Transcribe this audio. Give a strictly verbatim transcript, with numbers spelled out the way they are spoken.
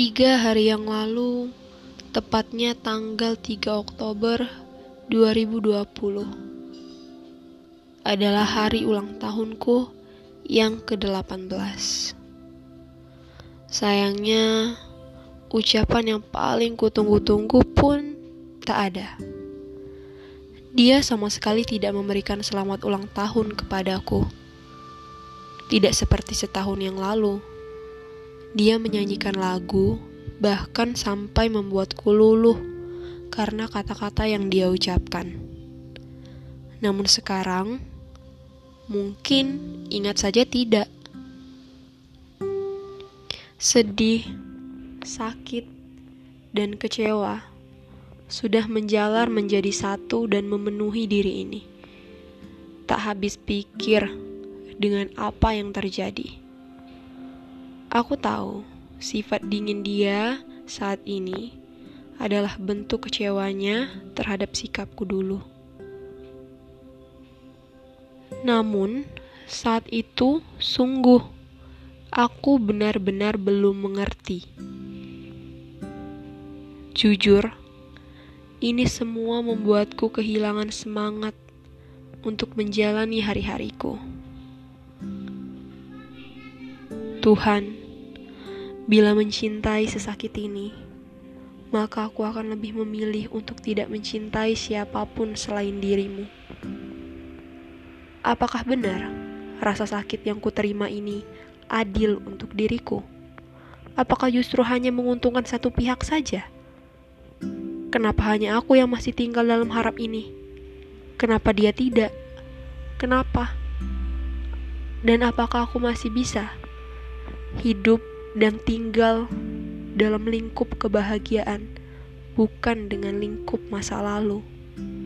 Tiga hari yang lalu, tepatnya tanggal tiga Oktober dua ribu dua puluh, adalah hari ulang tahunku yang kedelapan belas. Sayangnya, ucapan yang paling kutunggu-tunggu pun tak ada. Dia sama sekali tidak memberikan selamat ulang tahun kepadaku. Tidak seperti setahun yang lalu. Dia menyanyikan lagu, bahkan sampai membuatku luluh karena kata-kata yang dia ucapkan. Namun sekarang, mungkin ingat saja tidak. Sedih, sakit, dan kecewa sudah menjalar menjadi satu dan memenuhi diri ini. Tak habis pikir dengan apa yang terjadi. Aku tahu sifat dingin dia saat ini adalah bentuk kecewanya terhadap sikapku dulu. Namun, saat itu sungguh aku benar-benar belum mengerti. Jujur, ini semua membuatku kehilangan semangat untuk menjalani hari-hariku. Tuhan, bila mencintai sesakit ini, maka aku akan lebih memilih untuk tidak mencintai siapapun selain dirimu. Apakah benar rasa sakit yang kuterima ini adil untuk diriku? Apakah justru hanya menguntungkan satu pihak saja? Kenapa hanya aku yang masih tinggal dalam harap ini? Kenapa dia tidak? Kenapa? Dan apakah aku masih bisa hidup dan tinggal dalam lingkup kebahagiaan, bukan dengan lingkup masa lalu?